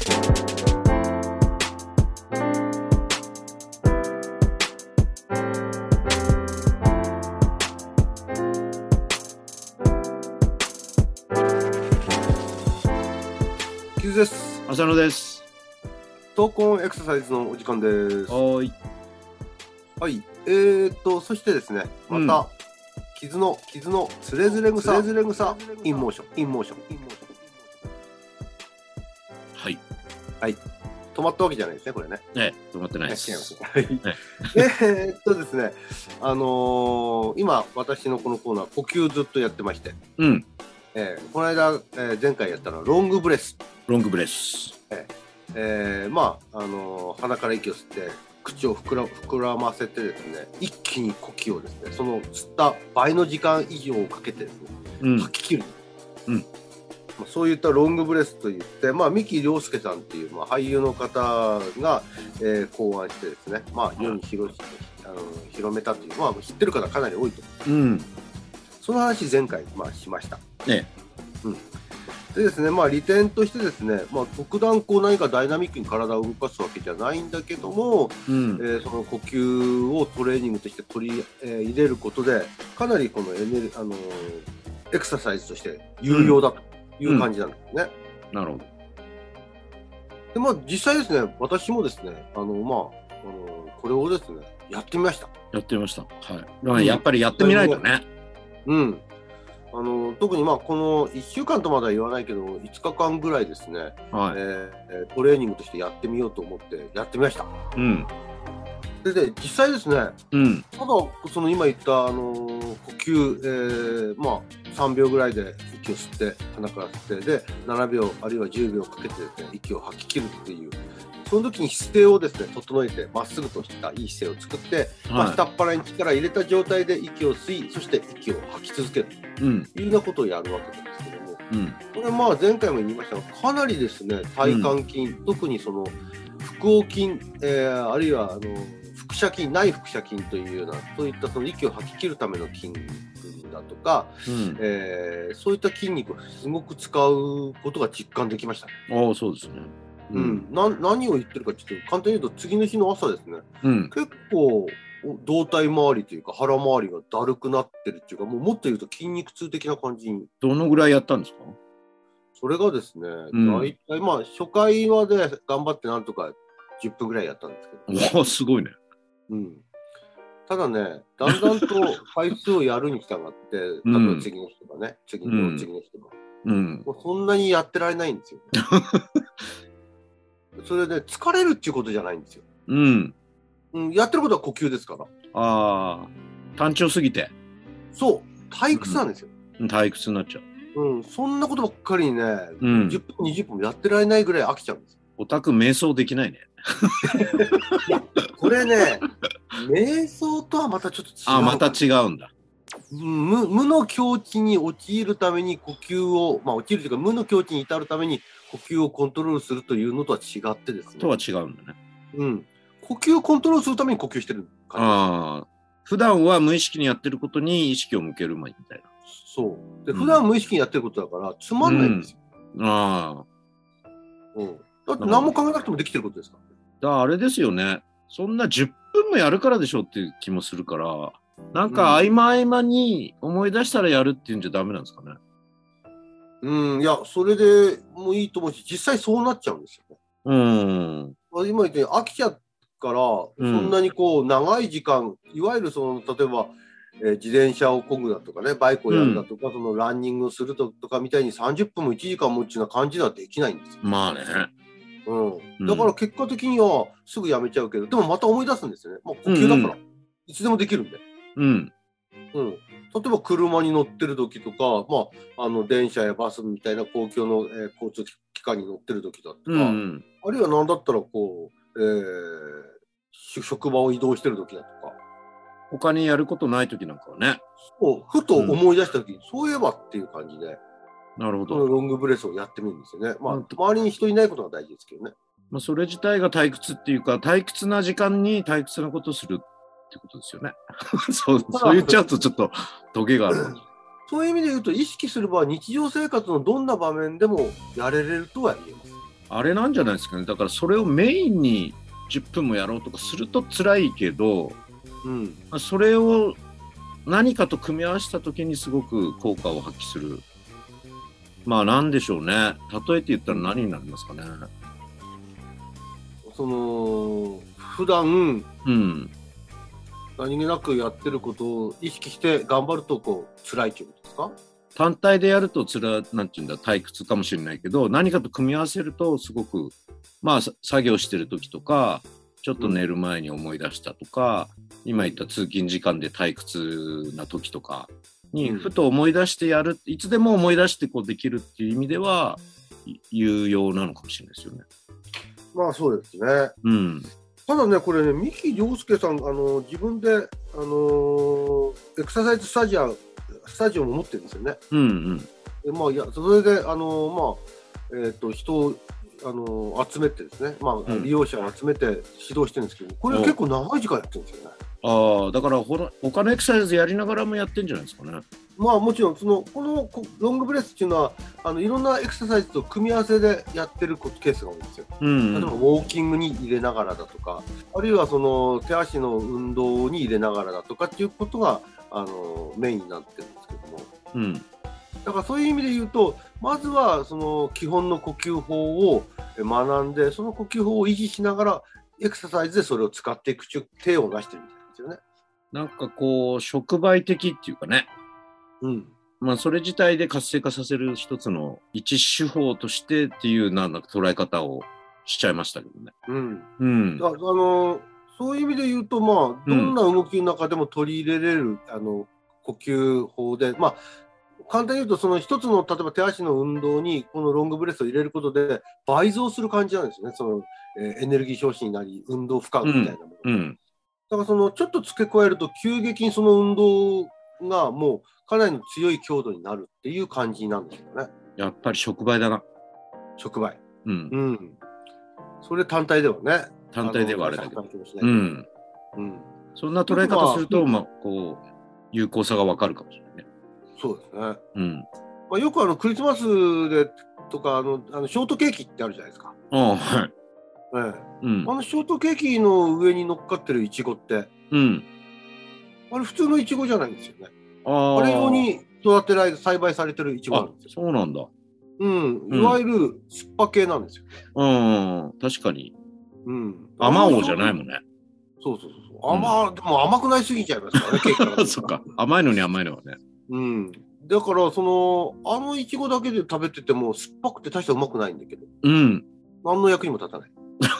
キズです。 浅野です。 闘魂エクササイズのお時間です。 はい。 はい。そしてですね、また、傷のつれづれ草インモーション。 はい。 はい。止まったわけじゃないですね、これね。 止まってないです。 はい。ですね、今、私のこのコーナー、呼吸ずっとやってまして、この間、前回やったのはロングブレス。まあ、鼻から息を吸って口を膨らませてですね、一気に呼吸をですね、その吸った倍の時間以上をかけてですね、吐き切る。そういったロングブレスといって、三木亮介さんっていう、俳優の方が、考案してですね、世に広めたという、知ってる方かなり多いと思う。その話前回、しました。でですね、利点としてですね、特段こう何かダイナミックに体を動かすわけじゃないんだけども、その呼吸をトレーニングとして取り、入れることでかなりこのエクササイズとして有用だという感じなんですね。 なるほど。で実際ですね、私もですね、これをですねやってみました。 はい。やっぱりやってみないとね。 特にこの1週間とまでは言わないけど5日間ぐらいですね、トレーニングとしてやってみようと思ってやってみました。で実際ですね、ただその今言った呼吸、3秒ぐらいで息を吸って鼻から吸ってで7秒あるいは10秒かけてですね息を吐き切るっていう、その時に姿勢をですね整えてまっすぐとしたいい姿勢を作って、下っ腹に力を入れた状態で息を吸い、そして息を吐き続けるというようなことをやるわけなんですけども、これ前回も言いましたが、かなりですね体幹筋、特にその腹横筋、あるいは腹斜筋、内腹斜筋というようなそういったその息を吐き切るための筋肉だとか、そういった筋肉をすごく使うことが実感できました。 そうですね。 何を言ってるかちょっと簡単に言うと、次の日の朝ですね、結構胴体周りというか腹周りがだるくなってるっていうか、もっと言うと筋肉痛的な感じに。 どのぐらいやったんですか？ それがですね、大体初回はで頑張ってなんとか10分ぐらいやったんですけど、 すごいね。 ただね、だんだんと回数をやるに従って、例えば次の人がね、次の人が、もうそんなにやってられないんですよ。それで疲れるっていうことじゃないんですよ。やってることは呼吸ですから。 単調すぎて。 そう、退屈なんですよ。 退屈になっちゃう。 そんなことばっかりにね、10分、20分もやってられないぐらい飽きちゃうんですよ。 オタク瞑想できないね。 いや、これね、瞑想とはまたちょっと違う。 また違うんだ。 無の境地に陥るために呼吸を、陥るというか無の境地に至るために呼吸をコントロールするというのとは違ってですね。 とは違うんだね。 呼吸をコントロールするために呼吸してる感じです。 普段は無意識にやってることに意識を向けるみたいな。 そうで、普段無意識にやってることだからつまんないんですよ。だって何も考えなくてもできてることですからね。 だからあれですよね、そんな10分もやるからでしょっていう気もするから、なんか合間合間に思い出したらやるっていうんじゃダメなんですかね。 いや、それでもいいと思うし、実際そうなっちゃうんですよね。今言ったように飽きちゃうから、そんなにこう長い時間、いわゆるその例えば、自転車を漕ぐだとかね、バイクをやるだとか、そのランニングをするとかみたいに30分も1時間もっていうような感じではできないんですよ。だから結果的にはすぐやめちゃうけど、でもまた思い出すんですよね。呼吸だから、いつでもできるんで。例えば車に乗ってる時とか、電車やバスみたいな公共の、交通機関に乗ってる時だとか、あるいは何だったらこう、職場を移動してる時だとか、 他にやることない時なんかはね、 ふと思い出した時に、そういえばっていう感じで、 なるほど、 このロングブレスをやってみるんですよね。周りに人いないことが大事ですけどね。 それ自体が退屈っていうか、退屈な時間に退屈なことをするってことですよね。そう言っちゃうとちょっとトゲがある。 そういう意味で言うと、意識すれば日常生活のどんな場面でもやれるとは言えます。 あれなんじゃないですかね。だからそれをメインに10分もやろうとかすると辛いけど、それを何かと組み合わせた時にすごく効果を発揮する。まあなんでしょうね。例えて言ったら何になりますかね。 普段、何気なくやってることを意識して頑張ると辛いっていうことですか？ 単体でやるとなんていうんだ、退屈かもしれないけど、何かと組み合わせるとすごく、まあ作業してる時とか、ちょっと寝る前に思い出したとか、今言った通勤時間で退屈な時とかにふと思い出してやる、いつでも思い出してできるっていう意味では有用なのかもしれないですよね。 まあそうですね。ただね、これね、三木亮介さん、自分で、エクササイズスタジオも持ってるんですよね。でまあ、それで、人を集めてですね、利用者を集めて指導してるんですけど、これ結構長い時間やってるんですよね。 だから他のエクササイズやりながらもやってるんじゃないですかね。 まあもちろんこのロングブレスっていうのはいろんなエクササイズと組み合わせでやってるケースが多いんですよ。例えばウォーキングに入れながらだとか、あるいは手足の運動に入れながらだとかっていうことがメインになってるんですけども、だからそういう意味で言うと、まずは基本の呼吸法を学んで、その呼吸法を維持しながらエクササイズでそれを使っていくという手を出してるみたいですよね。 なんか触媒的っていうかね、まあそれ自体で活性化させる一つの一手法としてっていうなんか捉え方をしちゃいましたけどね。 そういう意味で言うと、まあどんな動きの中でも取り入れれる呼吸法で、まあ簡単に言うと一つの例えば手足の運動にこのロングブレスを入れることで倍増する感じなんですよね。エネルギー消費になり運動負荷みたいなもの。だからちょっと付け加えると急激にその運動がもうかなりの強い強度になるっていう感じなんですよね。 やっぱり触媒だな。 触媒。それ単体ではね。 単体ではあれだけど。そんな捉え方すると、有効さがわかるかもしれないね。 そうですね。よくクリスマスでとかショートケーキってあるじゃないですか。ショートケーキの上に乗っかってるイチゴって、あれ普通のイチゴじゃないんですよね。あれ用に栽培されてるイチゴなんですよ。 そうなんだ。 いわゆる酸っぱ系なんですよ。 確かに。あまおうじゃないもんね。 そう。でも甘くなりすぎちゃいますからね、ケーキから。 そっか。甘いのに甘いのはね。 だからイチゴだけで食べてても酸っぱくて大してうまくないんだけど、何の役にも立たない。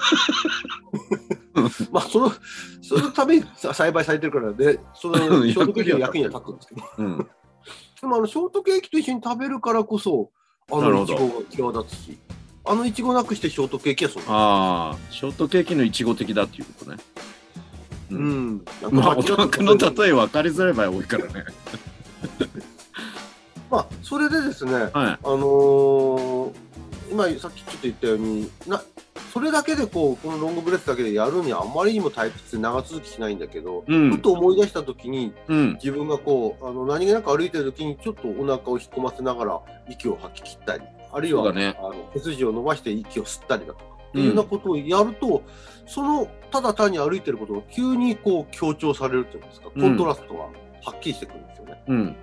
まあそのために栽培されてるからね、ショートケーキの役には立つんですけど、でもショートケーキと一緒に食べるからこそイチゴが際立つし、イチゴなくしてショートケーキはそう。 ショートケーキのイチゴ的だっていうことね。 まあお宅の例え分かりづらい場合多いからね。 まあそれでですね、今さっきちょっと言ったようにそれだけでこのロングブレスだけでやるにはあまりにも退屈で長続きしないんだけど、ふと思い出した時に、自分が何気なく歩いてる時にちょっとお腹を引っ込ませながら息を吐き切ったり、あるいは、背筋を伸ばして息を吸ったりだとかっていうようなことをやると、ただ単に歩いてることが急に強調されるというんですか、コントラストがはっきりしてくるんですよね。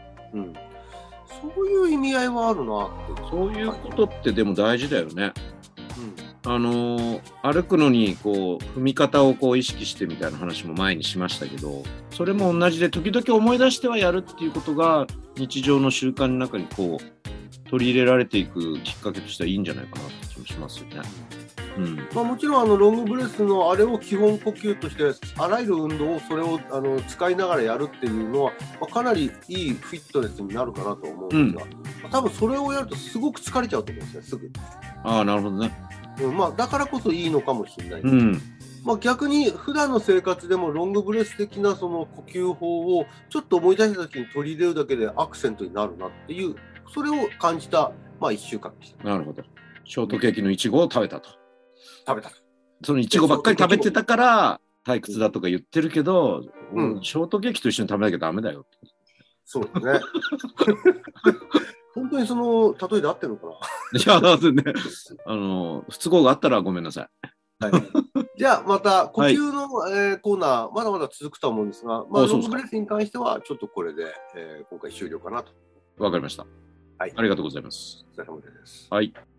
そういう意味合いはあるなって。 そういうことってでも大事だよね。歩くのに踏み方を意識してみたいな話も前にしましたけど、それも同じで時々思い出してはやるっていうことが日常の習慣の中に取り入れられていくきっかけとしてはいいんじゃないかなって気もしますよね。 もちろんロングブレスのあれを基本呼吸としてあらゆる運動をそれを使いながらやるっていうのは、かなりいいフィットネスになるかなと思うんですが、多分それをやるとすごく疲れちゃうと思うんですね、すぐ。 なるほどね。 だからこそいいのかもしれないです。逆に普段の生活でもロングブレス的なその呼吸法をちょっと思い出した時に取り入れるだけでアクセントになるなっていう、それを感じた1週間でした。 なるほど。ショートケーキのイチゴを食べたと。そのイチゴばっかり食べてたから退屈だとか言ってるけど、ショートケーキと一緒に食べなきゃダメだよ。 そうですね。本当にその例えで合ってるのかな。 いや、ね、不都合があったらごめんなさい。 はい、じゃあまた呼吸の、コーナーまだまだ続くと思うんですが、ロングブレスに関してはちょっとこれで、今回終了かなと。 わかりました。 はい、 ありがとうございます。 お疲れ様です。 はい。